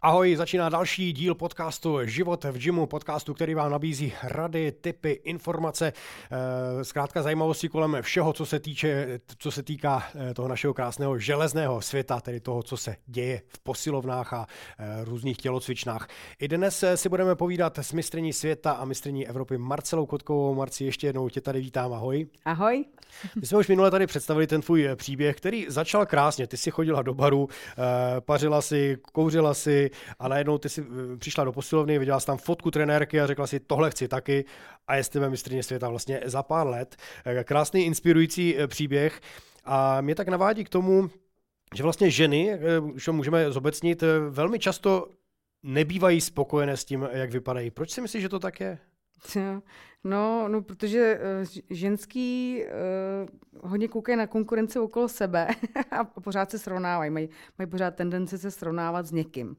Ahoj, začíná další díl podcastu Život v gymu, podcastu, který vám nabízí rady, tipy, informace, zkrátka zajímavosti kolem všeho, co se týká toho našeho krásného železného světa, tedy toho, co se děje v posilovnách a různých tělocvičnách. I dnes si budeme povídat s mistryní světa a mistryní Evropy Marcelou Kotkovou. Marci, ještě jednou tě tady vítám, ahoj. Ahoj. My jsme už minule tady představili ten tvůj příběh, který začal krásně. Ty jsi chodila do baru, pařila si, kouřila si a najednou ty jsi přišla do posilovny, viděla jsi tam fotku trenérky a řekla si, tohle chci taky a je s tebe mistryně světa vlastně za pár let. Krásný, inspirující příběh a mě tak navádí k tomu, že vlastně ženy, už ho můžeme zobecnit, velmi často nebývají spokojené s tím, jak vypadají. Proč si myslíš, že to tak je? No, protože ženský hodně koukají na konkurenci okolo sebe a pořád se srovnávají. Mají pořád tendenci se srovnávat s někým.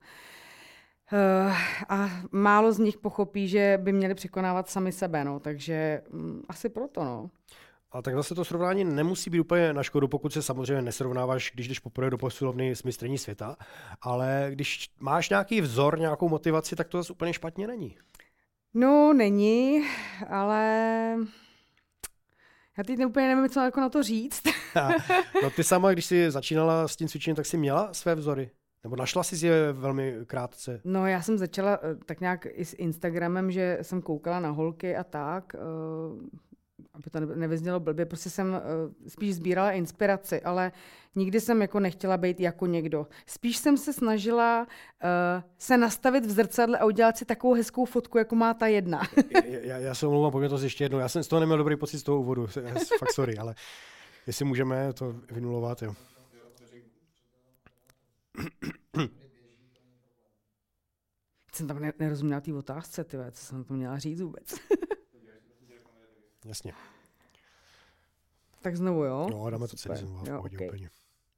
A málo z nich pochopí, že by měli překonávat sami sebe, no, takže asi proto, no. A tak zase to srovnání nemusí být úplně na škodu, pokud se samozřejmě nesrovnáváš, když jdeš poprvé do posilovny s mistryní světa, ale když máš nějaký vzor, nějakou motivaci, tak to zase úplně špatně není. No, není, ale já teď úplně nevím, co jako na to říct. No ty sama, když jsi začínala s tím cvičením, tak jsi měla své vzory? Nebo našla jsi je velmi krátce? No, já jsem začala tak nějak i s Instagramem, že jsem koukala na holky a tak, aby to nevyznělo blbě, prostě jsem spíš sbírala inspiraci, ale nikdy jsem jako nechtěla být jako někdo. Spíš jsem se snažila se nastavit v zrcadle a udělat si takovou hezkou fotku, jako má ta jedna. Já se omlouvám, pojďme to ještě jednou. Já jsem z toho neměl dobrý pocit z toho úvodu, fakt sorry, ale jestli můžeme to vynulovat, jo. Jsem tam nerozuměla té otázce, tyhle, co jsem to měla říct vůbec. Jasně. Tak znovu, jo? No, dáme to celý znovu, v pohodě okay. Úplně.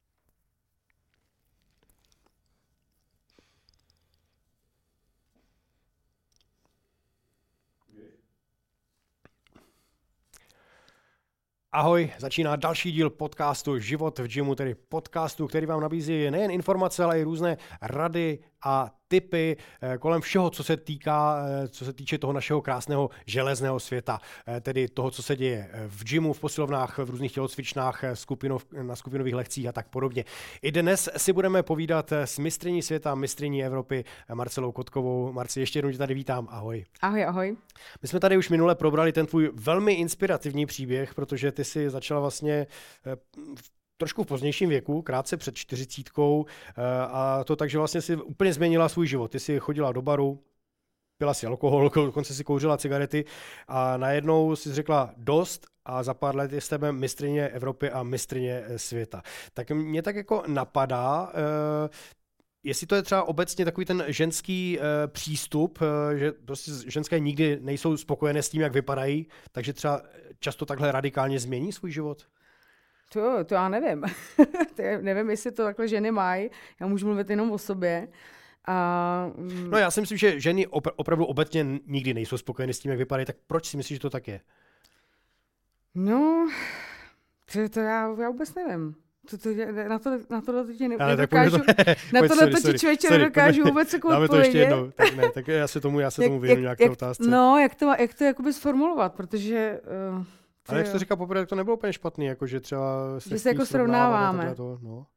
Ahoj, začíná další díl podcastu Život v gymu, tedy podcastu, který vám nabízí nejen informace, ale i různé rady a tipy kolem všeho, co se týče toho našeho krásného železného světa, tedy toho, co se děje v gymu, v posilovnách, v různých tělocvičnách, na skupinových lekcích a tak podobně. I dnes si budeme povídat s mistryní světa, mistryní Evropy Marcelou Kotkovou. Marci, ještě jednou tě tady vítám, ahoj. Ahoj, ahoj. My jsme tady už minule probrali ten tvůj velmi inspirativní příběh, protože ty jsi začala vlastně trošku v pozdějším věku, krátce před 40, a to tak, že vlastně si úplně změnila svůj život. Ty jsi chodila do baru, pila si alkohol, dokonce si kouřila cigarety a najednou si řekla dost a za pár let je s tebe mistryně Evropy a mistryně světa. Tak mě tak jako napadá, jestli to je třeba obecně takový ten ženský přístup, že prostě ženské nikdy nejsou spokojené s tím, jak vypadají, takže třeba často takhle radikálně změní svůj život? To já nevím. Nevím, jestli to takhle ženy mají. Já můžu mluvit jenom o sobě. No já si myslím, že ženy opravdu obecně nikdy nejsou spokojené s tím, jak vypadají, tak proč si myslíš, že to tak je? No, to já vůbec nevím. Na tohle ti nedokážu. Na tohle ti člověče nedokážu vůbec jako odpovědět. Dáme to ještě jednou. Tak ne, tak já se tomu věnu nějaké otázce. No, jak to jakoby sformulovat, protože... Ale jak jsi to říkal poprvé, tak to nebylo úplně špatný, jako že třeba že se jako srovnáváme. No.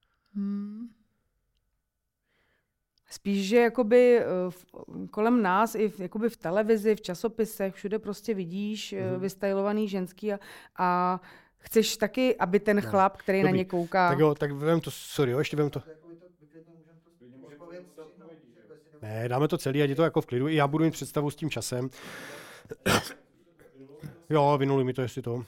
Spíš, že jakoby kolem nás, i jakoby v televizi, v časopisech, všude prostě vidíš vystylovaný ženský a chceš taky, aby ten chlap, který na ně kouká... Tak jo, tak vem to, sorry, ještě vem to. Ne, dáme to celý, ať je to jako v klidu. I já budu mít představu s tím časem. Jo, vynuli mi to, jestli to.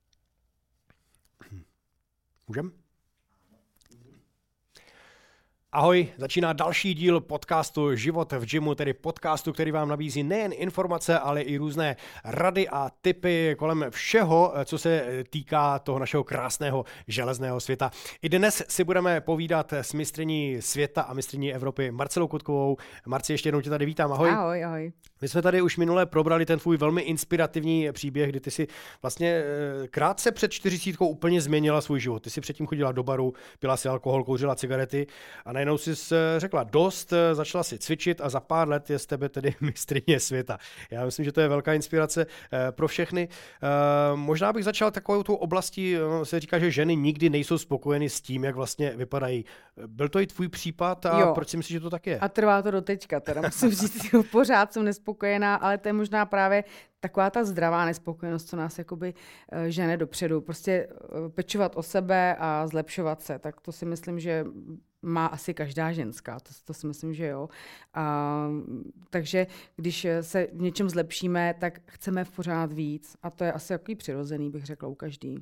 Můžem? Ahoj, začíná další díl podcastu Život v gymu, tedy podcastu, který vám nabízí nejen informace, ale i různé rady a tipy kolem všeho, co se týká toho našeho krásného železného světa. I dnes si budeme povídat s mistryní světa a mistryní Evropy Marcelou Kotkovou. Marci, ještě jednou tě tady vítám, ahoj. Ahoj. My jsme tady už minule probrali ten tvůj velmi inspirativní příběh, kdy ty si vlastně krátce před 40 úplně změnila svůj život. Ty si předtím chodila do baru, pila si alkohol, kouřila cigarety a najednou si řekla dost, začala si cvičit a za pár let je z tebe tedy mistryně světa. Já myslím, že to je velká inspirace pro všechny. Možná bych začal takovou tou oblastí, se říká, že ženy nikdy nejsou spokojeny s tím, jak vlastně vypadají. Byl to i tvůj případ a proč si myslíš, že to tak je? A trvá to do teďka, teda musím říct, pořád jsem nespokojená, ale to je možná právě taková ta zdravá nespokojenost, co nás jakoby žene dopředu. Prostě pečovat o sebe a zlepšovat se, tak to si myslím, že má asi každá ženská, to si myslím, že jo. Takže když se v něčem zlepšíme, tak chceme pořád víc a to je asi takový přirozený, bych řekla, u každý.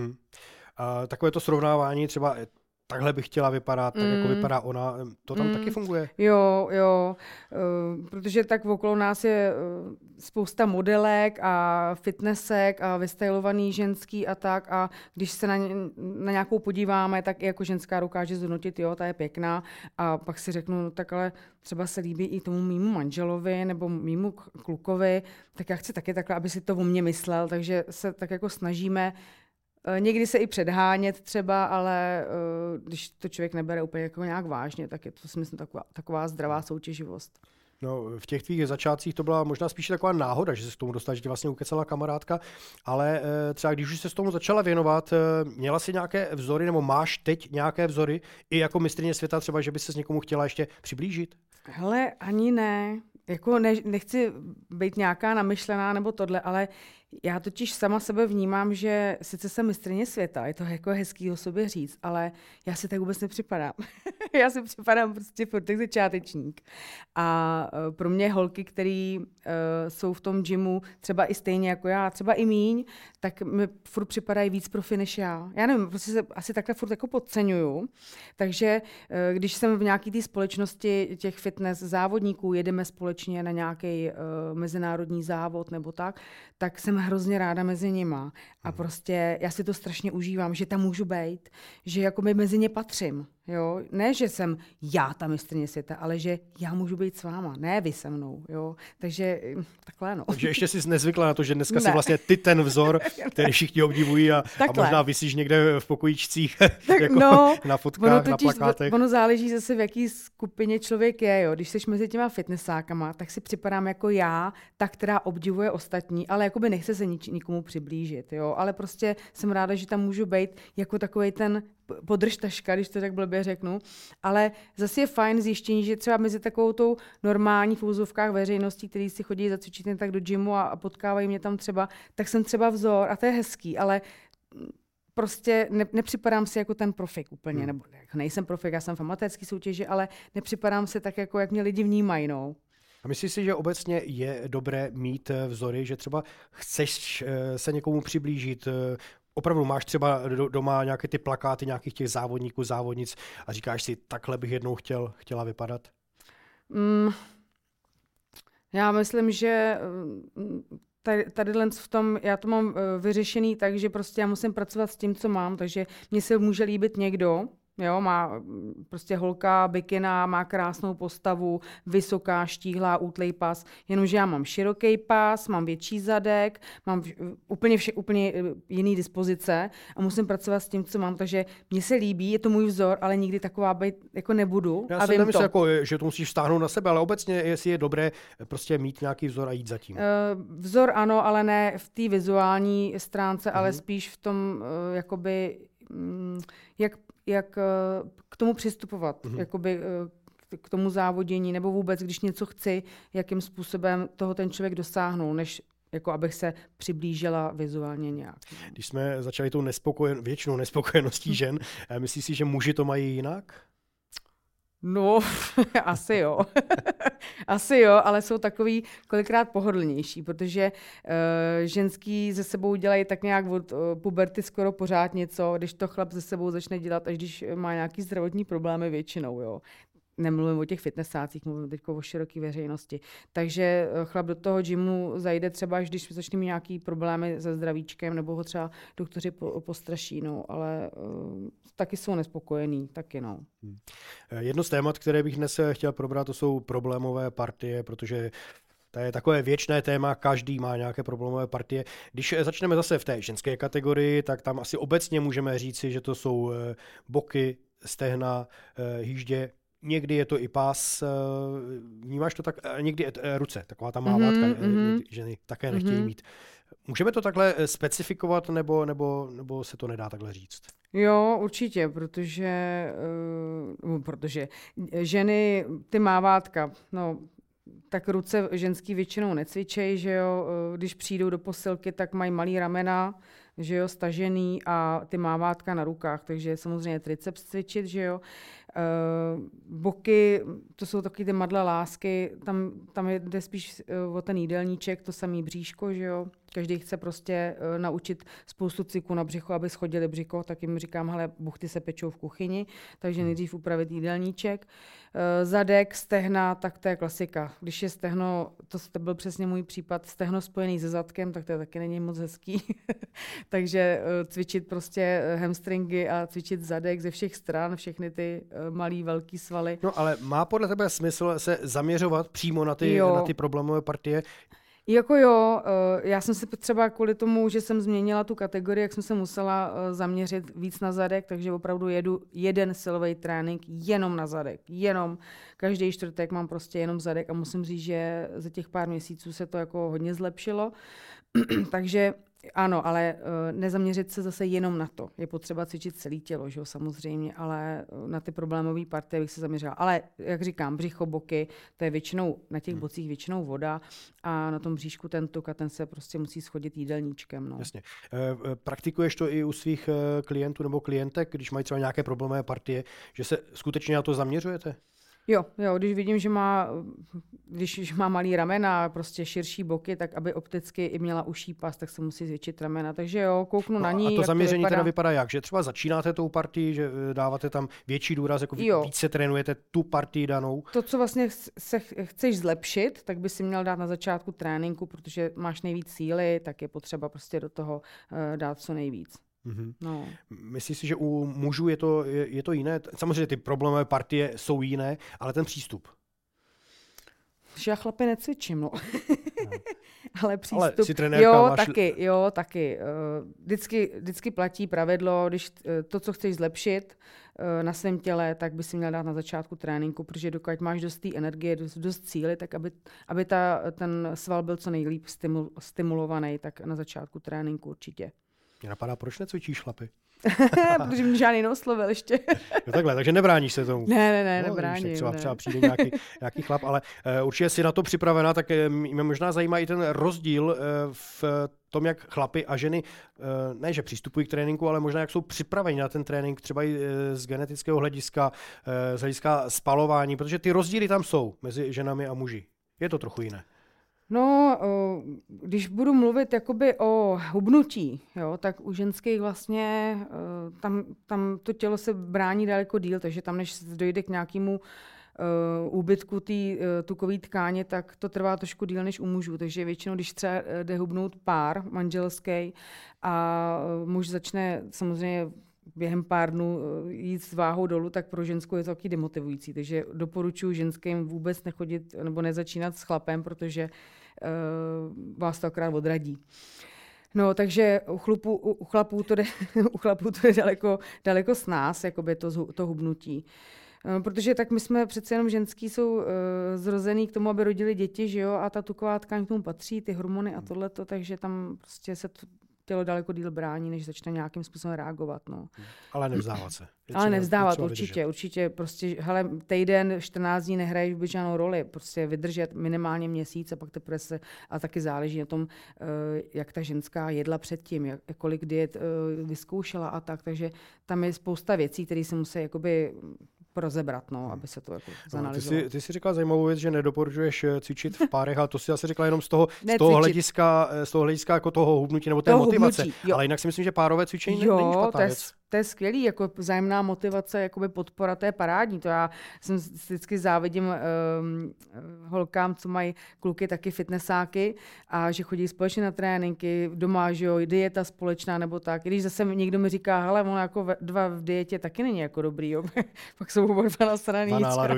Takové to srovnávání třeba takhle bych chtěla vypadat, tak jako vypadá ona, to tam taky funguje? Jo, protože tak okolo nás je spousta modelek a fitnessek a vystylovaný ženský a tak a když se na nějakou podíváme, tak i jako ženská dokáže zhodnotit, jo, ta je pěkná a pak si řeknu, no, tak ale třeba se líbí i tomu mýmu manželovi nebo mýmu klukovi, tak já chci taky takhle, aby si to o mě myslel, takže se tak jako snažíme někdy se i předhánět třeba, ale když to člověk nebere úplně jako nějak vážně, tak je to si myslím taková zdravá soutěživost. No, v těch tvých začátcích to byla možná spíše taková náhoda, že se k tomu dostala, že tě vlastně ukecala kamarádka, ale třeba když už se s tomu začala věnovat, měla jsi nějaké vzory nebo máš teď nějaké vzory i jako mistryně světa třeba, že by se s někomu chtěla ještě přiblížit? Hele, ani ne. Jako nechci být nějaká namyšlená nebo tohle, ale já totiž sama sebe vnímám, že sice jsem mistryně světa, je to jako hezký o sobě říct, ale já si tak vůbec nepřipadám. Já si připadám prostě furt tak začátečník. A pro mě holky, které jsou v tom gymu třeba i stejně jako já, třeba i míň, tak mi furt připadají víc profi než já. Já nevím, prostě se asi takhle furt jako podceňuju. Takže když jsem v nějaké té společnosti těch fitness závodníků, jedeme společně na nějaký mezinárodní závod nebo tak jsem hrozně ráda mezi nima. A prostě já si to strašně užívám, že tam můžu být, že jakoby mezi ně patřím. Jo? Ne, že jsem já ta mistryně světa, ale že já můžu být s váma, ne vy se mnou. Jo? Takže takhle no. Takže ještě jsi nezvykla na to, že dneska jsi vlastně ty ten vzor, který všichni obdivují a možná visíš někde v pokojíčcích jako na fotkách, na plakátech. Ono záleží zase, v jaký skupině člověk je. Jo? Když jsi mezi těma fitnessákama, tak si připadám jako já, ta, která obdivuje ostatní, ale jakoby nechce se nikomu přiblížit. Jo? Ale prostě jsem ráda, že tam můžu být jako takovej ten podržtaška, když to tak blbě řeknu, ale zase je fajn zjištění, že třeba mezi takovou tou normální v úzovkách veřejností, který si chodí zacvičit jen tak do gymu a potkávají mě tam třeba, tak jsem třeba vzor a to je hezký, ale prostě nepřipadám si jako ten profik úplně, nebo nejsem profik, já jsem v amatérský soutěži, ale nepřipadám si tak, jako jak mě lidi vnímají, no. A myslíš si, že obecně je dobré mít vzory, že třeba chceš se někomu přiblížit, opravdu máš třeba doma nějaké ty plakáty nějakých těch závodníků, závodnic a říkáš si, takhle bych jednou chtěla vypadat? Já myslím, že tady v tom, já to mám vyřešený tak, že prostě já musím pracovat s tím, co mám, takže mně se může líbit někdo, jo, má prostě holka, bikina, má krásnou postavu, vysoká, štíhlá, útlej pas, jenomže já mám široký pas, mám větší zadek, mám úplně jiný dispozice a musím pracovat s tím, co mám, takže mně se líbí, je to můj vzor, ale nikdy taková být jako nebudu. Já jsem nemyslel, jako, že to musíš stáhnout na sebe, ale obecně jestli je dobré prostě mít nějaký vzor a jít za tím. Vzor ano, ale ne v té vizuální stránce, ale spíš v tom, jakoby, jak k tomu přistupovat, jakoby k tomu závodění, nebo vůbec, když něco chci, jakým způsobem toho ten člověk dosáhnou, než jako abych se přiblížila vizuálně nějak. Když jsme začali tou většinou nespokojeností žen, myslíš si, že muži to mají jinak? No, asi jo. Asi jo, ale jsou takový kolikrát pohodlnější, protože ženský ze sebou dělají tak nějak od puberty skoro pořád něco, když to chlap ze sebou začne dělat, až když má nějaký zdravotní problémy většinou, jo. Nemluvím o těch fitnessácích, mluvím teď o široké veřejnosti. Takže chlap do toho gymu zajde třeba, až když začne mít nějaký problémy se zdravíčkem, nebo ho třeba doktoři postraší, no, ale taky jsou nespokojený, taky no. Jedno z témat, které bych dnes chtěl probrat, to jsou problémové partie, protože to je takové věčné téma, každý má nějaké problémové partie. Když začneme zase v té ženské kategorii, tak tam asi obecně můžeme říci, že to jsou boky, stehna, hýždě. Někdy je to i pás, vnímáš to tak, někdy ruce, taková ta mávátka, ženy také nechtějí mít. Můžeme to takhle specifikovat, nebo se to nedá takhle říct? Jo, určitě, protože ženy, ty mávátka, no, tak ruce ženský většinou necvičej, že jo, když přijdou do posilky, tak mají malý ramena, že jo, stažený a ty mávátka na rukách, takže samozřejmě triceps cvičit, že jo. Boky, to jsou taky ty madle lásky, tam jde spíš o ten jídelníček, to samý bříško, že jo. Každý chce prostě naučit spoustu cviků na břicho, aby schodili břicho, tak jim říkám, hele, buchty se pečou v kuchyni, takže nejdřív upravit jídelníček. Zadek, stehna, tak to je klasika. Když je stehno, to byl přesně můj případ, stehno spojený se zadkem, tak to taky není moc hezký. Takže cvičit prostě hamstringy a cvičit zadek ze všech stran, všechny ty malý, velký svaly. No ale má podle tebe smysl se zaměřovat přímo na ty problémové partie? Jako jo, já jsem se třeba kvůli tomu, že jsem změnila tu kategorii, jak jsem se musela zaměřit víc na zadek, takže opravdu jedu jeden silový trénink jenom na zadek. Jenom. Každý čtvrtek mám prostě jenom zadek a musím říct, že za těch pár měsíců se to jako hodně zlepšilo. Takže ano, ale nezaměřit se zase jenom na to. Je potřeba cvičit celé tělo, že jo, samozřejmě, ale na ty problémové partie bych se zaměřila. Ale jak říkám, břicho, boky, to je většinou, na těch bocích většinou voda a na tom bříšku ten tuk a ten se prostě musí schodit jídelníčkem. No. Jasně. Praktikuješ to i u svých klientů nebo klientek, když mají třeba nějaké problémové partie, že se skutečně na to zaměřujete? Jo, když vidím, že když má malý ramena, prostě širší boky, tak aby opticky i měla uší pas, tak se musí zvětšit ramena. Takže jo, kouknu na ní. A to zaměření teda vypadá jak? Že třeba začínáte tou partii, že dáváte tam větší důraz, jako více trénujete tu partii danou? To, co vlastně chceš zlepšit, tak by si měl dát na začátku tréninku, protože máš nejvíc síly, tak je potřeba prostě do toho dát co nejvíc. Mm-hmm. No. Myslíš si, že u mužů je to jiné? Samozřejmě ty problémové partie jsou jiné, ale ten přístup. Já chlapi necvičím, no. Ale přístup. Ale jsi trenérka, taky. Vždycky platí pravidlo, když to, co chceš zlepšit na svém těle, tak by si měl dát na začátku tréninku, protože dokud máš dost té energie, dost síly, tak aby ten sval byl co nejlíp stimulovaný, tak na začátku tréninku určitě. Mě napadá, proč necvičíš chlapy? Protože mě žádný neoslovil ještě. Jo, takhle, takže nebráníš se tomu. Ne, nebráním. Třeba přijde nějaký chlap, ale určitě jsi na to připravená, tak mě možná zajímá i ten rozdíl v tom, jak chlapy a ženy, ne že přistupují k tréninku, ale možná jak jsou připraveni na ten trénink, třeba i z genetického hlediska, z hlediska spalování, protože ty rozdíly tam jsou mezi ženami a muži. Je to trochu jiné. No, když budu mluvit jakoby o hubnutí, jo, tak u ženských vlastně tam to tělo se brání daleko díl, takže tam, než dojde k nějakému úbytku té tukové tkáně, tak to trvá trošku díl než u mužů. Takže většinou, když třeba jde hubnout pár manželský a muž začne samozřejmě během pár dnů jít s váhou dolů, tak pro ženskou je to taky demotivující. Takže doporučuji ženským vůbec nechodit nebo nezačínat s chlapem, protože vás to akorát odradí. No, takže u chlapů to jde daleko s nás, jakoby to hubnutí. Protože tak my jsme přece jenom ženský jsou zrozený k tomu, aby rodili děti, že jo, a ta tuková tkáň k tomu patří, ty hormony a tohleto, takže tam prostě se tělo daleko díl brání, než začne nějakým způsobem reagovat. No. Ale nevzdávat se. Ale nevzdávat, určitě. Prostě, hele, týden, 14 dní nehraješ vůbec žádnou roli. Prostě vydržet minimálně měsíc a pak teprve se, a taky záleží na tom, jak ta ženská jedla předtím, kolik diet vyzkoušela a tak. Takže tam je spousta věcí, které se musí jakoby rozebrat, aby se to jako zanalyzovalo. Ty jsi říkala zajímavou věc, že nedoporučuješ cvičit v párech, ale to si asi řekla jenom z toho hlediska jako toho hubnutí nebo té motivace. Hubnutí, ale jinak si myslím, že párové cvičení není špatná věc. To je skvělý, jako vzájemná motivace, jakoby podpora, to je parádní. To já jsem vždycky závidím holkám, co mají kluky taky fitnessáky a že chodí společně na tréninky, doma, že jo, dieta společná nebo tak. Když zase někdo mi říká, hele, ono jako dva v dietě taky není jako dobrý, jo. Pak jsou oba dva nasraný.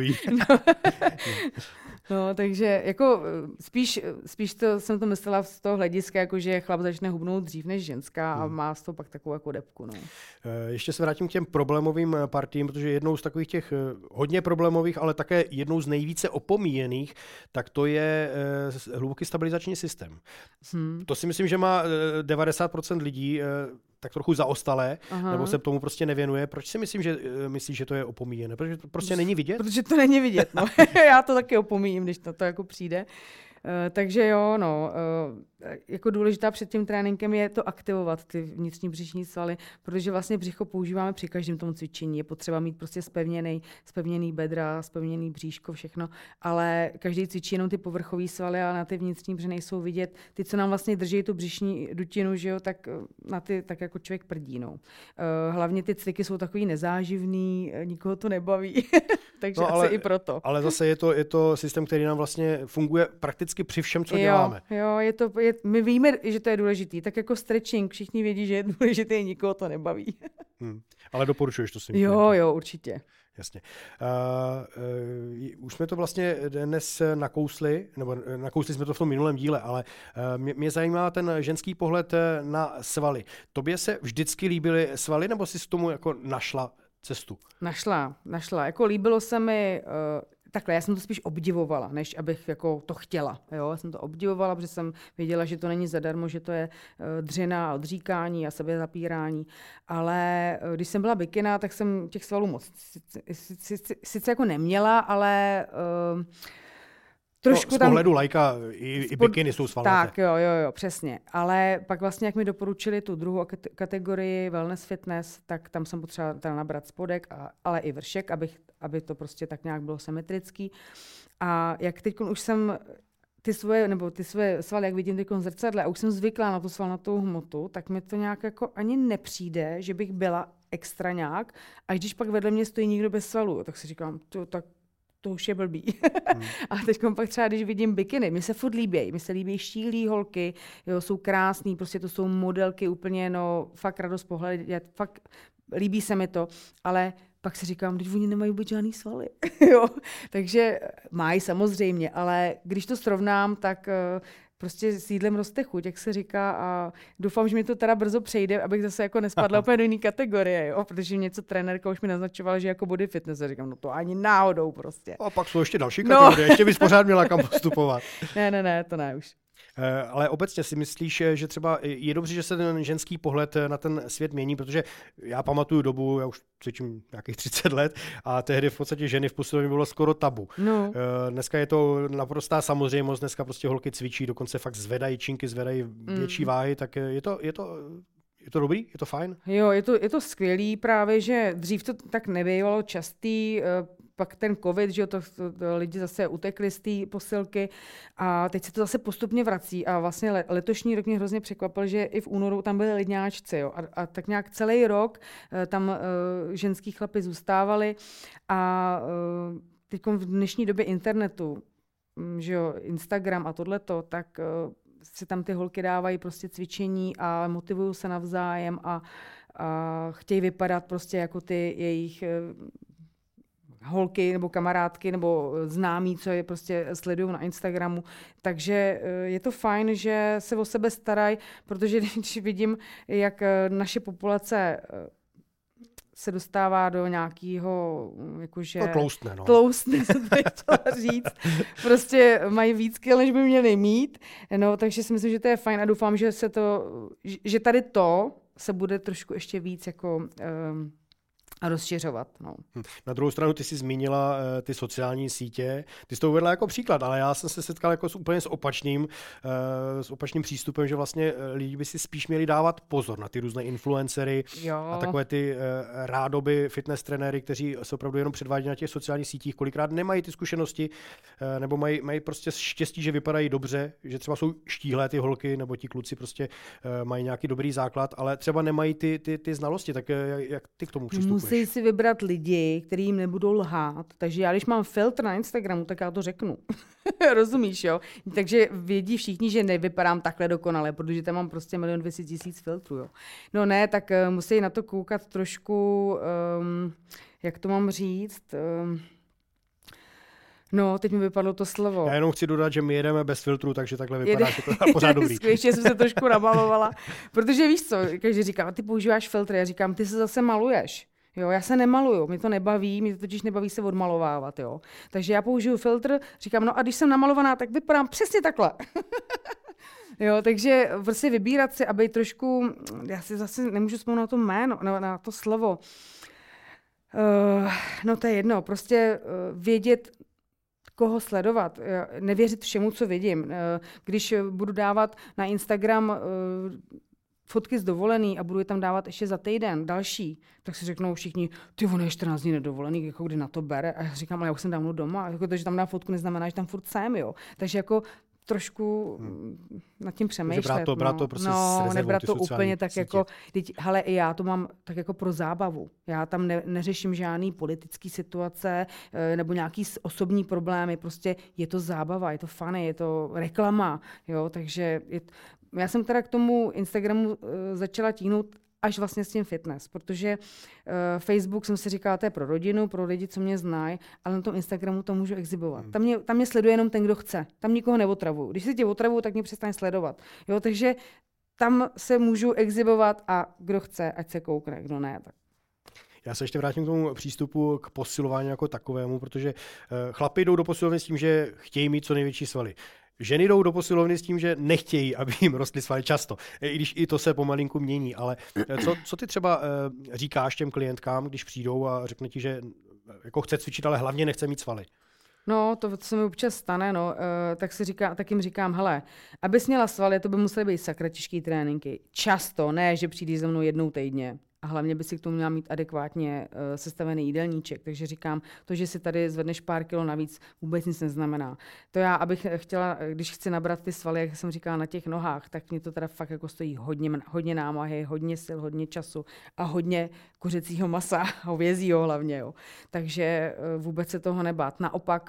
No, takže jako spíš jsem to myslela z toho hlediska, jako že chlap začne hubnout dřív než ženská a má z toho pak takovou jako debku. No. Ještě se vrátím k těm problémovým partiím, protože jednou z takových těch hodně problémových, ale také jednou z nejvíce opomíjených, tak to je hluboký stabilizační systém. To si myslím, že má 90% lidí tak trochu zaostalé, nebo se tomu prostě nevěnuje. Proč si myslíš, že to je opomíjené? Protože to prostě není vidět? Protože to není vidět, no. Já to taky opomíjím, když to jako přijde. Takže jo, jako důležitá před tím tréninkem je to aktivovat ty vnitřní břišní svaly, protože vlastně břicho používáme při každém tom cvičení. Je potřeba mít prostě zpevněný bedra, zpevněný bříško, všechno, ale každý cvičí jenom ty povrchové svaly a na ty vnitřní břicho nejsou vidět. Ty, co nám vlastně drží tu břišní dutinu, že jo, tak na ty tak jako člověk prdí, no. Hlavně ty cviky jsou takový nezáživný, nikoho to nebaví, takže asi i proto. Ale zase je to systém, který nám vlastně funguje prakticky při všem, co děláme. Jo, my víme, že to je důležitý, tak jako stretching, všichni vědí, že je důležitý, nikoho to nebaví. Ale doporučuješ to si? Jo, určitě. Jasně. Už jsme to vlastně dnes nakousli, nebo nakousli jsme to v tom minulém díle, ale mě zajímá ten ženský pohled na svaly. Tobě se vždycky líbily svaly, nebo jsi s tomu jako našla cestu? Našla. Jako líbilo se mi... Takhle, já jsem to spíš obdivovala, než abych jako to chtěla. Jo? Já jsem to obdivovala, protože jsem věděla, že to není zadarmo, že to je dřina a odříkání a sebezapírání. Ale když jsem byla bikina, tak jsem těch svalů moc sice jako neměla, ale... Z pohledu lajka i bikiny jsou svalnaté. Tak, jo, přesně. Ale pak vlastně, jak mi doporučili tu druhou kategorii wellness fitness, tak tam jsem potřebovala teda nabrat spodek, ale i vršek, aby to prostě tak nějak bylo symetrický. A jak teď už jsem ty svoje svaly, jak vidím teď v zrcadle, a už jsem zvyklá na tu svalnatou hmotu, tak mi to nějak jako ani nepřijde, že bych byla extra nějak. A když pak vedle mě stojí někdo bez svalů, tak si říkám, to už je blbý. A teď pak třeba, když vidím bikiny, mi se furt líbí. Mi se líbí štíhlý holky, jo, jsou krásný, prostě to jsou modelky úplně, fakt radost pohledat, fakt líbí se mi to, ale pak si říkám, když oni nemají vůbec žádný svaly. Jo. Takže mají samozřejmě, ale když to srovnám, tak prostě s jídlem roste chuť, jak se říká, a doufám, že mi to teda brzo přejde, abych zase jako nespadla úplně do jiné kategorie, jo? Protože něco trenérka už mi naznačovala, že jako body fitness, a říkám, to ani náhodou prostě. A pak jsou ještě další kategorie, ještě bys pořád měla kam postupovat. Ne, to ne už. Ale obecně si myslíš, že třeba je dobře, že se ten ženský pohled na ten svět mění, protože já pamatuju dobu, já už cvičím nějakých 30 let a tehdy v podstatě ženy v posilovně bylo skoro tabu. No. Dneska je to naprostá samozřejmost, dneska prostě holky cvičí, dokonce fakt zvedají činky, zvedají větší váhy, tak je to dobrý? Je to fajn? Jo, je to skvělý právě, že dřív to tak nebývalo častý, pak ten covid, že to lidi zase utekli z té posilky a teď se to zase postupně vrací a vlastně letošní rok mě hrozně překvapil, že i v únoru tam byli ledňáčci, jo, a tak nějak celý rok tam ženský chlapi zůstávali a teď v dnešní době internetu, že jo, Instagram a tohleto, tak si tam ty holky dávají prostě cvičení a motivují se navzájem a chtějí vypadat prostě jako ty jejich holky nebo kamarádky nebo známí, co je prostě sledují na Instagramu. Takže je to fajn, že se o sebe starají, protože když vidím, jak naše populace se dostává do nějakého, jakože... No, tloustne, jsem to chtěla říct. Prostě mají víc kil, než by měli mít. No, takže si myslím, že to je fajn a doufám, že tady to se bude trošku ještě víc jako a rozšiřovat. No. Na druhou stranu ty jsi zmínila ty sociální sítě, ty jsi to uvedla jako příklad, ale já jsem se setkal jako úplně s opačným přístupem, že vlastně lidi by si spíš měli dávat pozor na ty různé influencery a takové ty rádoby fitness trenéry, kteří se opravdu jenom předvádí na těch sociálních sítích, kolikrát nemají ty zkušenosti, nebo mají prostě štěstí, že vypadají dobře, že třeba jsou štíhlé ty holky, nebo ti kluci prostě mají nějaký dobrý základ, ale třeba nemají ty znalosti, tak jak ty k tomu přistupuješ? Musí si vybrat lidi, kteří jim nebudou lhát. Takže já, když mám filtr na Instagramu, tak já to řeknu. Rozumíš, jo? Takže vědí všichni, že nevypadám takhle dokonale, protože tam mám prostě 1 200 000 filtrů, jo. No ne, tak musí na to koukat trošku, jak to mám říct, no, teď mi vypadlo to slovo. Já jenom chci dodat, že my jedeme bez filtru, takže takhle vypadá, že to je pořád dobrý. Ještě jsem se trošku namalovala. Protože víš co, každý říká, ty používáš filtry, já říkám, ty se zase maluješ. Jo, já se nemaluju, mě to nebaví, mě to totiž nebaví se odmalovávat, jo. Takže já použiju filtr, říkám, no a když jsem namalovaná, tak vypadám přesně takhle. Jo, takže prostě vybírat si, aby trošku, já si zase nemůžu vzpomenout na to jméno, na to slovo. No to je jedno, prostě vědět, koho sledovat, nevěřit všemu, co vidím. Když budu dávat na Instagram fotky z dovolený a budu je tam dávat ještě za týden další, tak si řeknou všichni, ty on je 14 dní nedovolený, jako kdy na to bere. A já říkám, ale já už jsem dávno doma. Jako to, že tam dám fotku, neznamená, že tam furt jsem, jo. Takže jako trošku nad tím přemýšlet. Brát to prostě nebrat to úplně tak sítě. Jako, hele, i já to mám tak jako pro zábavu. Já tam neřeším žádný politický situace nebo nějaký osobní problémy, prostě je to zábava, je to funny, je to reklama, jo, takže já jsem teda k tomu Instagramu začala tíhnout až vlastně s tím fitness, protože Facebook jsem si říkala, to je pro rodinu, pro lidi, co mě znají, ale na tom Instagramu to můžu exhibovat. Tam mě sleduje jenom ten, kdo chce. Tam nikoho neotravuju. Když si tě otravuju, tak mě přestaň sledovat. Jo, takže tam se můžu exhibovat a kdo chce, ať se koukne, kdo ne, tak. Já se ještě vrátím k tomu přístupu k posilování jako takovému, protože chlapi jdou do posilovny s tím, že chtějí mít co největší svaly. Ženy jdou do posilovny s tím, že nechtějí, aby jim rostly svaly často, i když i to se pomalinku mění. Ale co ty třeba říkáš těm klientkám, když přijdou a řekne ti, že jako chce cvičit, ale hlavně nechce mít svaly? No, to se mi občas stane, no, tak jim říkám, hele, abys měla svaly, to by musely být sakra těžký tréninky. Často, ne, že přijdeš za mnou jednou týdně. A hlavně by si k tomu měla mít adekvátně sestavený jídelníček. Takže říkám, to, že si tady zvedneš pár kilo navíc, vůbec nic neznamená. To já, abych chtěla, když chci nabrat ty svaly, jak jsem říkala, na těch nohách, tak mě to teda fakt jako stojí hodně námahy, hodně sil, hodně času a hodně kuřecího masa, hovězího hlavně. Jo. Takže vůbec se toho nebát. Naopak,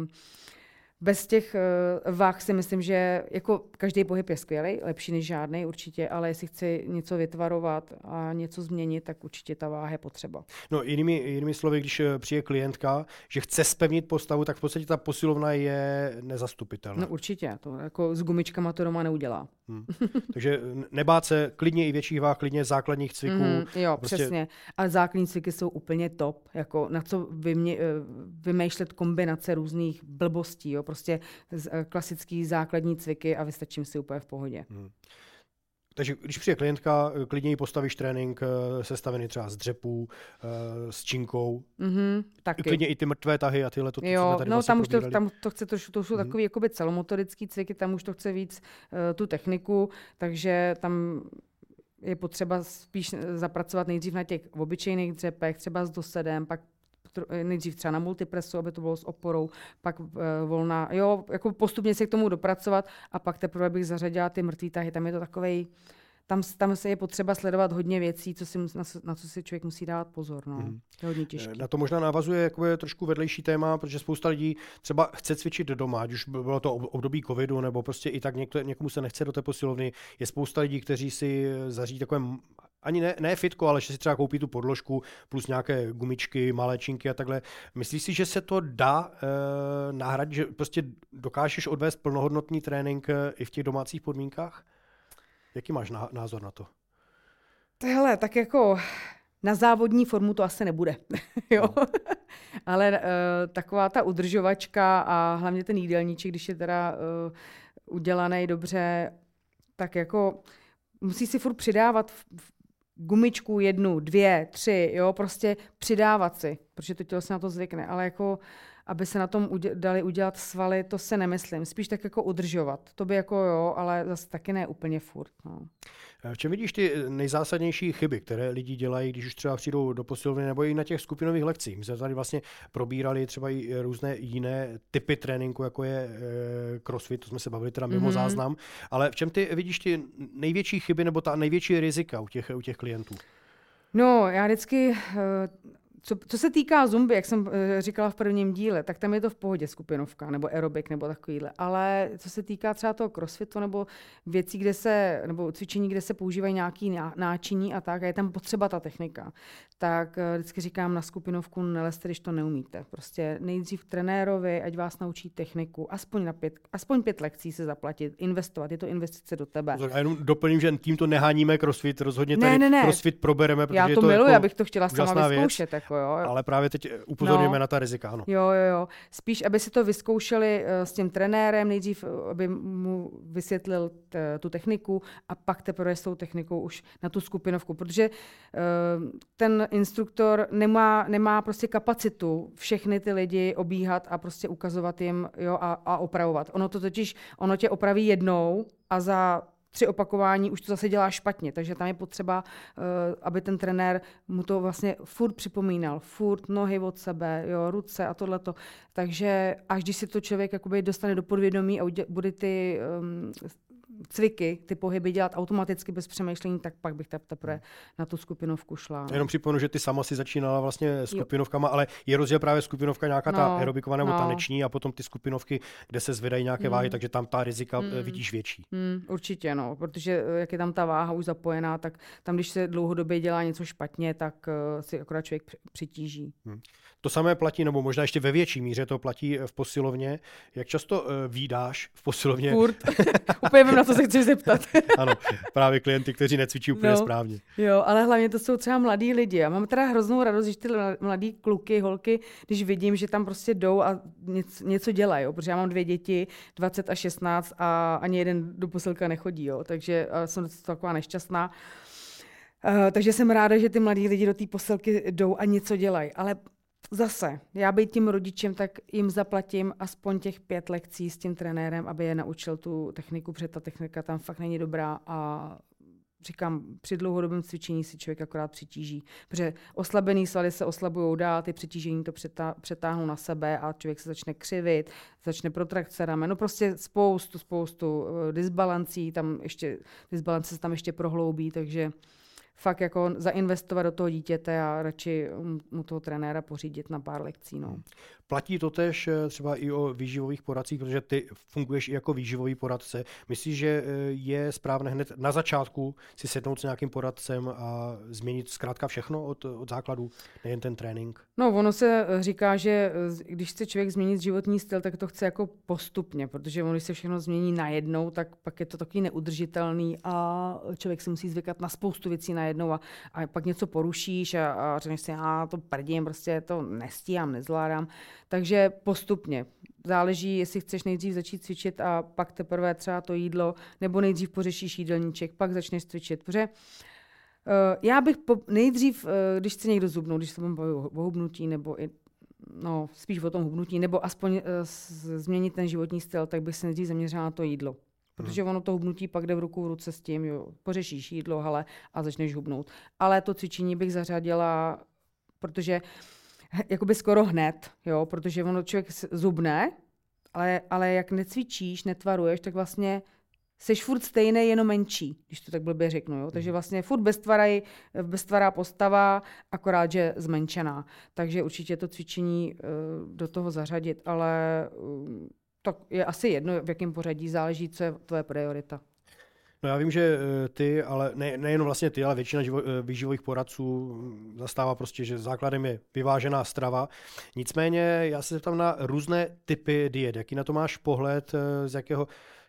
bez těch váh si myslím, že jako každý pohyb je skvělý, lepší než žádný určitě, ale jestli chci něco vytvarovat a něco změnit, tak určitě ta váha je potřeba. No jinými slovy, když přijde klientka, že chce zpevnit postavu, tak v podstatě ta posilovna je nezastupitelná. No určitě, to jako s gumičkama to doma neudělá. Takže nebát se klidně i větších váh, klidně základních cviků. Jo, prostě... přesně. A základní cviky jsou úplně top, jako na co vymýšlet kombinace různých blbostí, jo, prostě klasický základní cviky a vystačím si úplně v pohodě. Takže když přijde klientka, klidně jí postavíš trénink sestavený třeba z dřepů, s činkou. Taky. Klidně i ty mrtvé tahy a tyhle to, co jo, jsme tady no vlastně tam to chce trošku, to jsou takový jakoby celomotorický cviky, tam už to chce víc tu techniku, takže tam je potřeba spíš zapracovat nejdřív na těch obyčejných dřepech, třeba s dosedem, pak nejdřív třeba na multipresu, aby to bylo s oporou, pak volná, jo, jako postupně se k tomu dopracovat a pak teprve bych zařadila ty mrtvý tahy, tam je to takovej, tam se je potřeba sledovat hodně věcí, na co si člověk musí dát pozor, no. To je hodně těžké. Na to možná navazuje jako trošku vedlejší téma, protože spousta lidí třeba chce cvičit doma, ať už bylo to období covidu, nebo prostě i tak někomu se nechce do té posilovny. Je spousta lidí, kteří si zařídí takové ani ne fitko, ale že si třeba koupí tu podložku plus nějaké gumičky, malé činky a takhle. Myslíš si, že se to dá nahradit, že prostě dokážeš odvést plnohodnotný trénink i v těch domácích podmínkách? Jaký máš názor na to? Hele, tak jako na závodní formu to asi nebude. Jo? No. Ale taková ta udržovačka a hlavně ten jídelníček, když je teda udělaný dobře, tak jako musí si furt přidávat gumičku 1, 2, 3, jo, prostě přidávat si, protože to tělo se na to zvykne, ale jako aby se na tom dali udělat svaly, to se nemyslím. Spíš tak jako udržovat. To by jako jo, ale zase taky ne úplně furt. No. V čem vidíš ty nejzásadnější chyby, které lidi dělají, když už třeba přijdou do posilovny nebo i na těch skupinových lekcích? My jsme tady vlastně probírali třeba i různé jiné typy tréninku, jako je crossfit, to jsme se bavili teda mimo záznam, ale v čem ty vidíš ty největší chyby nebo ta největší rizika u těch klientů? No, já vždycky... Co se týká zumby, jak jsem říkala v prvním díle, tak tam je to v pohodě skupinovka nebo aerobik nebo takovýhle. Ale co se týká třeba toho crossfitu nebo věcí, nebo cvičení, kde se používají nějaký náčiní a tak, a je tam potřeba ta technika, tak vždycky říkám, na skupinovku nelezte, když to neumíte. Prostě nejdřív trenérovi, ať vás naučí techniku, aspoň 5 lekcí se zaplatit, investovat, je to investice do tebe. A jenom doplním, že tímto neháníme crossfit, rozhodně tady ne. Crossfit probereme, protože já to je to miluji, jako abych to chtěla sama vyzkoušet. Jako, jo. Ale právě teď upozorňujeme na ta rizika, ano. Jo. Spíš, aby si to vyzkoušeli s tím trenérem, nejdřív, aby mu vysvětlil tu techniku a pak teprve s tou technikou už na tu skupinovku, protože ten instruktor nemá prostě kapacitu všechny ty lidi obíhat a prostě ukazovat jim, jo, a opravovat. Ono tě opraví jednou a za 3 opakování už to zase dělá špatně, takže tam je potřeba, aby ten trenér mu to vlastně furt připomínal, furt nohy od sebe, jo, ruce a tohleto. Takže až když si to člověk jakoby dostane do podvědomí a bude ty cviky, ty pohyby dělat automaticky bez přemýšlení, tak pak bych teprve na tu skupinovku šla. Jenom připomenu, že ty sama si začínala vlastně skupinovkama, ale je rozdíl právě skupinovka nějaká ta aerobiková nebo taneční a potom ty skupinovky, kde se zvedají nějaké váhy, takže tam ta rizika vidíš větší. Určitě, no, protože jak je tam ta váha už zapojená, tak tam, když se dlouhodobě dělá něco špatně, tak si akorát člověk přitíží. To samé platí, nebo možná ještě ve větší míře to platí v posilovně. Jak často vídáš v posilovně? Furt. Úplně vím, na co se chci zeptat. Ano, právě klienty, kteří necvičí úplně správně. Jo, ale hlavně to jsou třeba mladí lidi. Já mám teda hroznou radost, když ty mladí kluky, holky, když vidím, že tam prostě jdou a něco dělají, protože já mám 2 děti, 20 a 16 a ani jeden do posilka nechodí, jo, takže jsem taková nešťastná. Takže jsem ráda, že ty mladí lidi do té posilky jdou a něco dělají, ale zase, já být tím rodičem, tak jim zaplatím aspoň těch 5 lekcí s tím trenérem, aby je naučil tu techniku, protože ta technika tam fakt není dobrá a říkám, při dlouhodobém cvičení si člověk akorát přitíží, protože oslabený svaly se oslabují dál, ty přetížení to přetáhnou na sebe a člověk se začne křivit, začne protrakce ramen, no prostě spoustu disbalancí, disbalance se tam ještě prohloubí, takže fakt jako zainvestovat do toho dítěte a radši mu toho trenéra pořídit na pár lekcí. No. Platí to též třeba i o výživových poradcích, protože ty funguješ i jako výživový poradce. Myslíš, že je správné hned na začátku si sednout s nějakým poradcem a změnit zkrátka všechno od základu, nejen ten trénink? No, ono se říká, že když chce člověk změnit životní styl, tak to chce jako postupně, protože když se všechno změní najednou, tak pak je to takový neudržitelný a člověk se musí zvykat na spoustu věcí najednou a pak něco porušíš a řekneš si, to prdím, prostě to nestíhám, nezvládám. Takže postupně. Záleží, jestli chceš nejdřív začít cvičit a pak teprve třeba to jídlo, nebo nejdřív pořešíš jídelníček, pak začneš cvičit. Protože já bych nejdřív, když chce někdo zhubnout, když se baví o hubnutí, nebo spíš o tom hubnutí, nebo aspoň změnit ten životní styl, tak bych se nejdřív zaměřila na to jídlo. Protože ono to hubnutí pak jde v ruku v ruce s tím, jo, pořešíš jídlo, a začneš hubnout. Ale to cvičení bych zařadila, protože jakoby skoro hned, jo, protože ono člověk zhubne, ale jak necvičíš, netvaruješ, tak vlastně seš furt stejný, jenom menší, když to tak blbě řeknu. Jo? Takže vlastně furt beztvará postava, akorát, že zmenšená. Takže určitě to cvičení do toho zařadit, ale tak je asi jedno, v jakém pořadí, záleží, co je tvoje priorita. No já vím, že ty, ale nejen vlastně ty, ale většina výživových poradců zastává prostě, že základem je vyvážená strava. Nicméně já se zeptám na různé typy diet. Jaký na to máš pohled, z jakého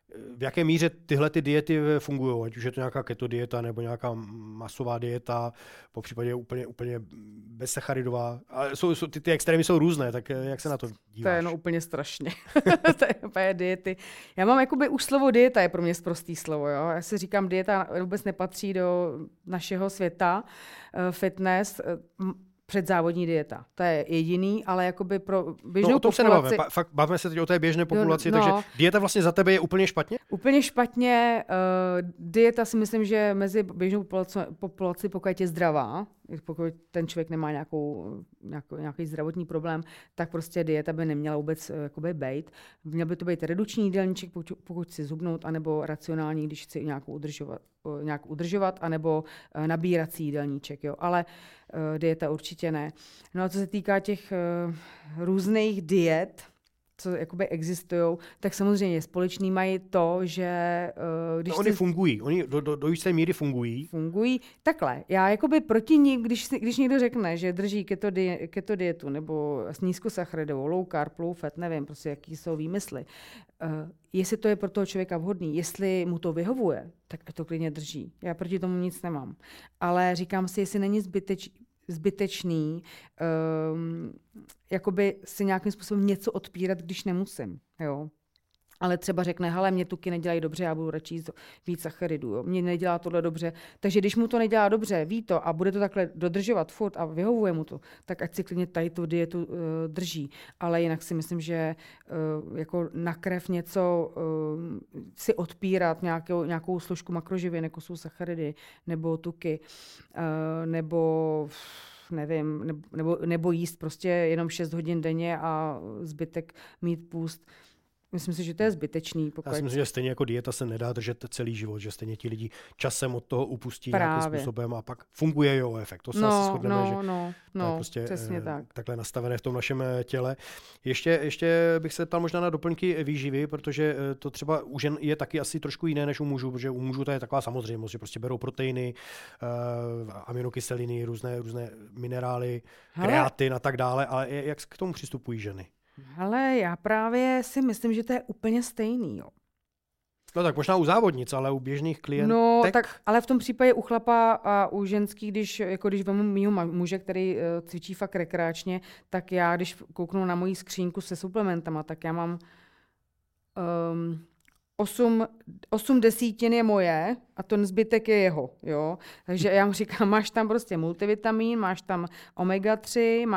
v jaké míře tyhle ty diety fungují, ať už je to nějaká keto dieta nebo nějaká masová dieta, popřípadě úplně bezsacharidová. Ale ty extrémy jsou různé, tak jak se na to díváš? To je úplně strašně. To je úplně diety. Já mám jakoby už slovo dieta je pro mě sprostý slovo. Jo? Já si říkám, dieta vůbec nepatří do našeho světa. Fitness, předzávodní dieta. To je jediný, ale jakoby pro běžnou populaci... se nebavíme. Fakt bavíme se teď o té běžné populaci, takže dieta vlastně za tebe je úplně špatně? Úplně špatně. Dieta si myslím, že mezi běžnou populaci, pokud je zdravá, pokud ten člověk nemá nějaký zdravotní problém, tak prostě dieta by neměla vůbec bejt. Měl by to být redukční jídelníček, pokud chci zhubnout, anebo racionální, když chci nějak udržovat, anebo nabírací jídelníček. Jo. Ale dieta určitě ne. No a co se týká těch různých diet, co jakoby existují, tak samozřejmě společný mají to, že... Oni fungují, oni do jisté míry fungují. Fungují. Takhle, já jakoby proti ní, když někdo řekne, že drží keto dietu nebo nízkosacharidovou, low carb, low fat, nevím, prostě jaký jsou výmysly, jestli to je pro toho člověka vhodný, jestli mu to vyhovuje, tak to klidně drží. Já proti tomu nic nemám. Ale říkám si, jestli není zbytečný jakoby si nějakým způsobem něco odpírat, když nemusím. Jo? Ale třeba řekne, hele, mě tuky nedělají dobře, já budu radši jíst víc sacharidů. Jo? Mě nedělá tohle dobře. Takže když mu to nedělá dobře, ví to a bude to takhle dodržovat furt a vyhovuje mu to, tak ať si klidně tady tu dietu drží. Ale jinak si myslím, že jako na krev něco si odpírat, nějakou složku makroživin, jako jsou sacharidy nebo tuky, nebo nevím, nebo jíst prostě jenom 6 hodin denně a zbytek mít půst. Myslím si, že to je zbytečný. Já si myslím, že stejně jako dieta se nedá držet celý život, že stejně ti lidi časem od toho upustí nějakým způsobem a pak funguje jeho efekt. To se asi shodneme, že to je prostě přesně takhle nastavené v tom našem těle. Ještě bych se ptal možná na doplňky výživy, protože to třeba u žen je taky asi trošku jiné než u mužů, protože u mužů to je taková samozřejmost, že prostě berou proteiny, aminokyseliny, různé minerály, kreatin a tak dále, ale jak k tomu přistupují ženy? Ale já právě si myslím, že to je úplně stejný, jo. No tak možná u závodnic, ale u běžných klientek... No tak, ale v tom případě u chlapa a u ženský, když vemu mýho muže, který cvičí fakt rekreačně, tak já, když kouknu na moji skřínku se suplementama, tak já mám 8 desetin je moje a ten zbytek je jeho, jo. Takže já mu říkám, máš tam prostě multivitamin, máš tam omega-3,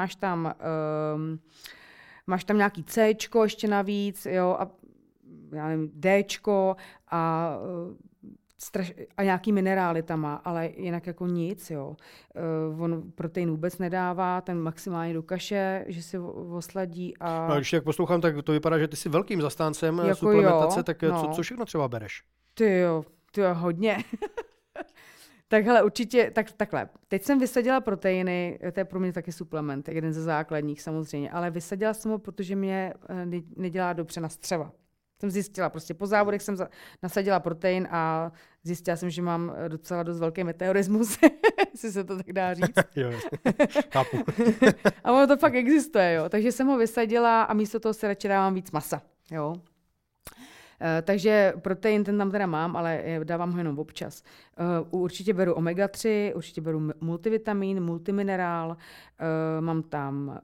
máš tam nějaký Cčko ještě navíc, jo, a já nevím, Dčko a nějaký minerály tam má, ale jinak jako nic, jo. On protein vůbec nedává, ten maximálně do kaše, že si osladí a... No, když jak poslouchám, tak to vypadá, že ty jsi velkým zastáncem jako suplementace, tak co všechno třeba bereš? Ty jo, hodně. Tak hele, určitě, takhle. Teď jsem vysadila proteiny, to je pro mě taky suplement, jeden ze základních samozřejmě, ale vysadila jsem ho, protože mě nedělá dobře na střeva. Jsem zjistila, prostě po závodech jsem nasadila protein a zjistila jsem, že mám docela dost velký meteorismus, jestli se to tak dá říct. Jo, chápu. A ono to fakt existuje, jo. Takže jsem ho vysadila a místo toho si radši dávám víc masa, jo. Takže protein ten tam teda mám, ale dávám ho jenom občas. Určitě beru omega-3, určitě beru multivitamin, multiminerál, mám tam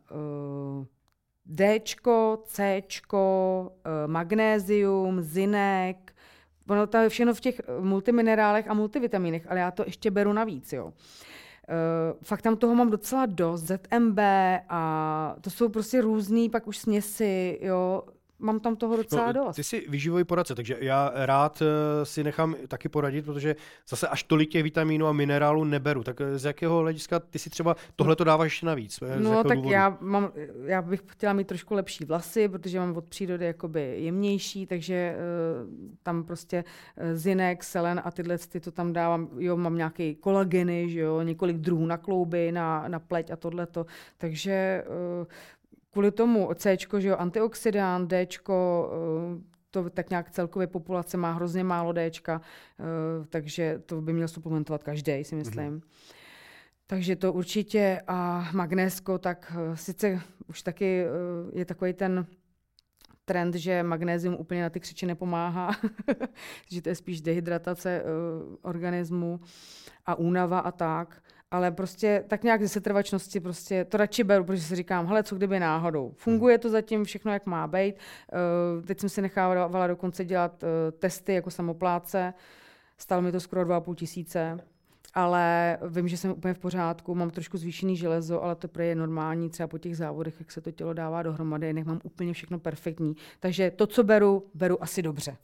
Dčko, Cčko, magnézium, zinek. Ono to je všechno v těch multiminerálech a multivitaminech, ale já to ještě beru navíc, jo. Fakt tam toho mám docela dost, ZMB a to jsou prostě různý pak už směsi, jo. Mám tam toho docela dost. Ty jsi výživový poradce, takže já rád si nechám taky poradit, protože zase až tolik těch vitamínů a minerálů neberu. Tak z jakého hlediska ty si třeba tohle to dáváš ještě navíc? No tak já bych chtěla mít trošku lepší vlasy, protože mám od přírody jakoby jemnější, takže tam prostě zinek, selen a tyhle to tam dávám. Jo, mám nějaký kolageny, že jo, několik druhů na klouby, na pleť a tohleto. Takže kvůli tomu Cčko, že jo, antioxidant, Dčko, to tak nějak celkově populace má hrozně málo Dčka, takže to by měl suplementovat každý, si myslím. Takže to určitě. A magnésko, tak sice už taky je takový trend, že magnézium úplně na ty křeči nepomáhá, že to je spíš dehydratace organismu a únava a tak. Ale prostě tak nějak ze setrvačnosti prostě to radši beru, protože si říkám, hele, co kdyby náhodou. Funguje to zatím všechno, jak má být. Teď jsem si nechávala dokonce dělat testy jako samopláce. Stalo mi to skoro 2 500, ale vím, že jsem úplně v pořádku, mám trošku zvýšený železo, ale to je normální, třeba po těch závodech, jak se to tělo dává dohromady, jinak mám úplně všechno perfektní. Takže to, co beru asi dobře.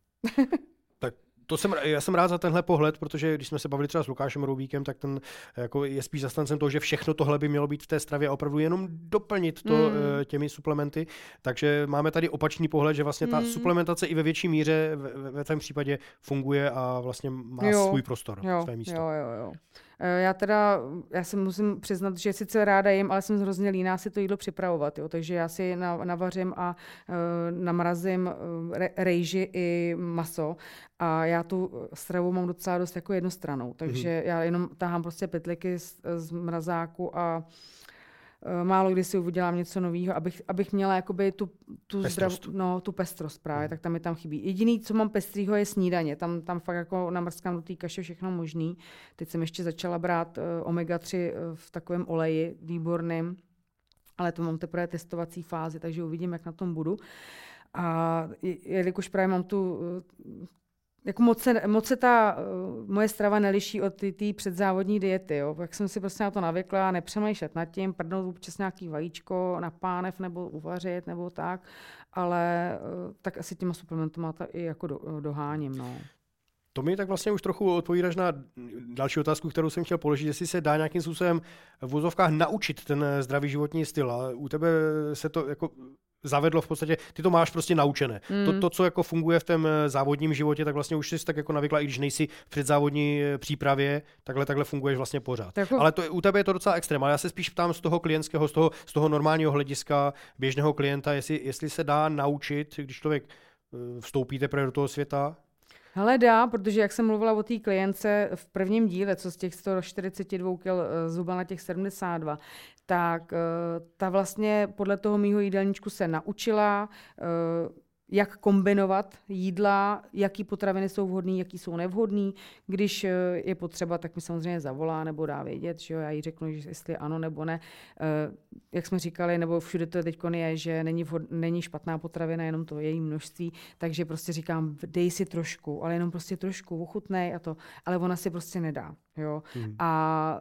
Tak já jsem rád za tenhle pohled, protože když jsme se bavili třeba s Lukášem Roubíkem, tak ten jako je spíš zastancem toho, že všechno tohle by mělo být v té stravě a opravdu jenom doplnit to těmi suplementy. Takže máme tady opačný pohled, že vlastně ta suplementace i ve větší míře ve tvém případě funguje a vlastně má svůj prostor, své místo. Jo. Já si musím přiznat, že sice ráda jim, ale jsem hrozně líná si to jídlo připravovat. Jo? Takže já si navařím a namrazím rejži i maso a já tu stravu mám docela dost jako jednostrannou. Takže já jenom tahám prostě pytliky z mrazáku a málo kdy si udělám něco nového, abych měla jakoby tu pestrost. Tu pestrost právě, tak tam mi tam chybí. Jediný, co mám pestrýho, je snídaně. Tam fakt jako namrskám do té kaše všechno možný. Teď jsem ještě začala brát omega-3 v takovém oleji výborným, ale to mám teprve testovací fázi, takže uvidím, jak na tom budu. A jelikož právě mám tu jako moc se ta moje strava neliší od té předzávodní diety. Jo? Jak jsem si prostě na to navykla, nepřemýšlet nad tím, prdnout občas nějaký vajíčko na pánev nebo uvařit nebo tak, ale tak asi těma suplementama to i jako doháním. No. To mi tak vlastně už trochu odpovídáš na další otázku, kterou jsem chtěl položit, jestli se dá nějakým způsobem v vozovkách naučit ten zdravý životní styl. A u tebe se to jako zavedlo v podstatě, ty to máš prostě naučené. To, co jako funguje v tom závodním životě, tak vlastně už jsi tak jako navykla, i když nejsi v předzávodní přípravě, takhle funguješ vlastně pořád. Ale u tebe je to docela extrém. Ale já se spíš ptám z toho klientského, z toho normálního hlediska běžného klienta, jestli se dá naučit, když člověk vstoupí teprve do toho světa. Hele dá, protože jak jsem mluvila o té klientce v prvním díle, co z těch 142 kg zhruba na těch 72, tak ta vlastně podle toho mýho jídelníčku se naučila, jak kombinovat jídla, jaký potraviny jsou vhodné, jaký jsou nevhodné. Když je potřeba, tak mi samozřejmě zavolá nebo dá vědět, že jo, já jí řeknu, že jestli ano nebo ne. Jak jsme říkali, nebo všude to teď je, že není špatná potravina, jenom to její množství, takže prostě říkám, dej si trošku, ale jenom prostě trošku, ochutnej a to, ale ona si prostě nedá. Jo? A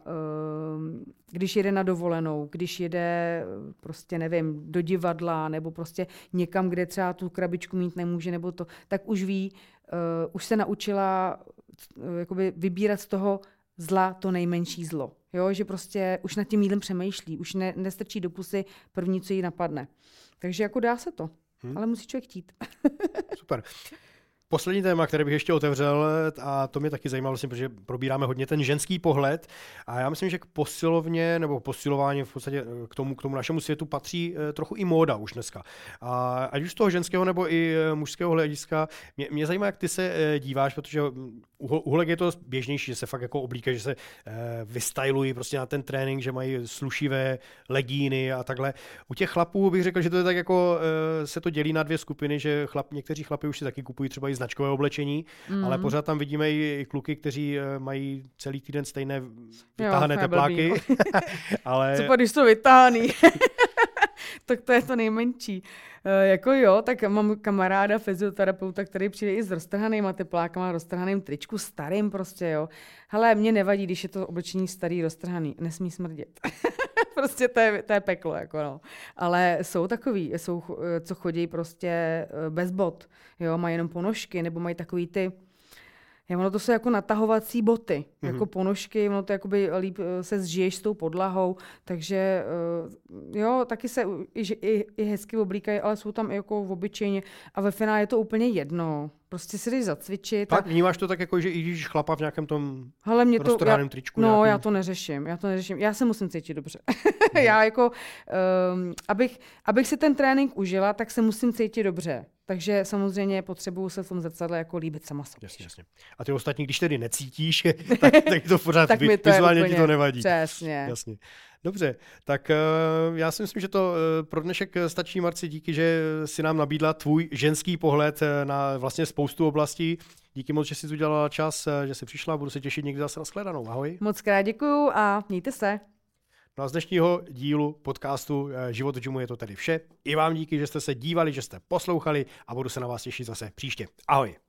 když jede na dovolenou, když jede prostě nevím, do divadla nebo prostě někam, kde třeba tu krabičku mít nemůže nebo to, tak už ví, už se naučila jakoby vybírat z toho zla to nejmenší zlo. Jo? Že prostě už nad tím jídlem přemýšlí, už nestrčí do pusy první, co jí napadne. Takže jako dá se to, ale musí člověk chtít. Super. Poslední téma, které bych ještě otevřel, a to mě taky zajímá, vlastně, protože probíráme hodně ten ženský pohled a já myslím, že k posilovně nebo posilování v podstatě k tomu našemu světu patří trochu i móda už dneska. A ať už z toho ženského nebo i mužského hlediska, mě zajímá, jak ty se díváš, protože u holek je to běžnější, že se fakt jako oblíkají, že se vystylují prostě na ten trénink, že mají slušivé legíny a takhle. U těch chlapů bych řekl, že to je tak jako se to dělí na dvě skupiny, že někteří chlapi už si taky kupují třeba i značkové oblečení, ale pořád tam vidíme i kluky, kteří mají celý týden stejné vytáhané tepláky. Ale... Co když jsou vytáhaný? Tak to je to nejmenší. Jako jo, tak mám kamaráda, fyzioterapeuta, který přijde i s roztrhanýma teplákama, roztrhaným tričku, starým prostě, jo. Hele, mě nevadí, když je to oblečení starý, roztrhaný, nesmí smrdět. Prostě to je peklo, jako no. Ale jsou takový, co chodí prostě bez bot, jo, mají jenom ponožky, nebo mají takový ty, ono to jsou jako natahovací boty, jako ponožky, ono to jakoby líp se zžiješ s tou podlahou, takže jo, taky se i hezky oblíkají, ale jsou tam i jako v obyčejně a ve finále je to úplně jedno. Prostě si jdeš zacvičit. Tak vnímáš to tak jako, že i když chlapa v nějakém tom roztrhaném tričku? No, nějakým... já to neřeším. Já se musím cítit dobře. Já jako, abych si ten trénink užila, tak se musím cítit dobře. takže samozřejmě potřebuju se v tom zrcadle jako líbit sama sobě. Jasně. A ty ostatní, když tedy necítíš, tak to pořád tak mi to vizuálně ti to nevadí. Přesně. Jasně. Dobře, tak já si myslím, že to pro dnešek stačí, Marci, díky, že si nám nabídla tvůj ženský pohled na vlastně spoustu oblastí. Díky moc, že jsi udělala čas, že jsi přišla, budu se těšit někdy zase na shledanou. Ahoj. Moc krát děkuju a mějte se. No a z dnešního dílu podcastu Život v gymu je to tedy vše. I vám díky, že jste se dívali, že jste poslouchali a budu se na vás těšit zase příště. Ahoj.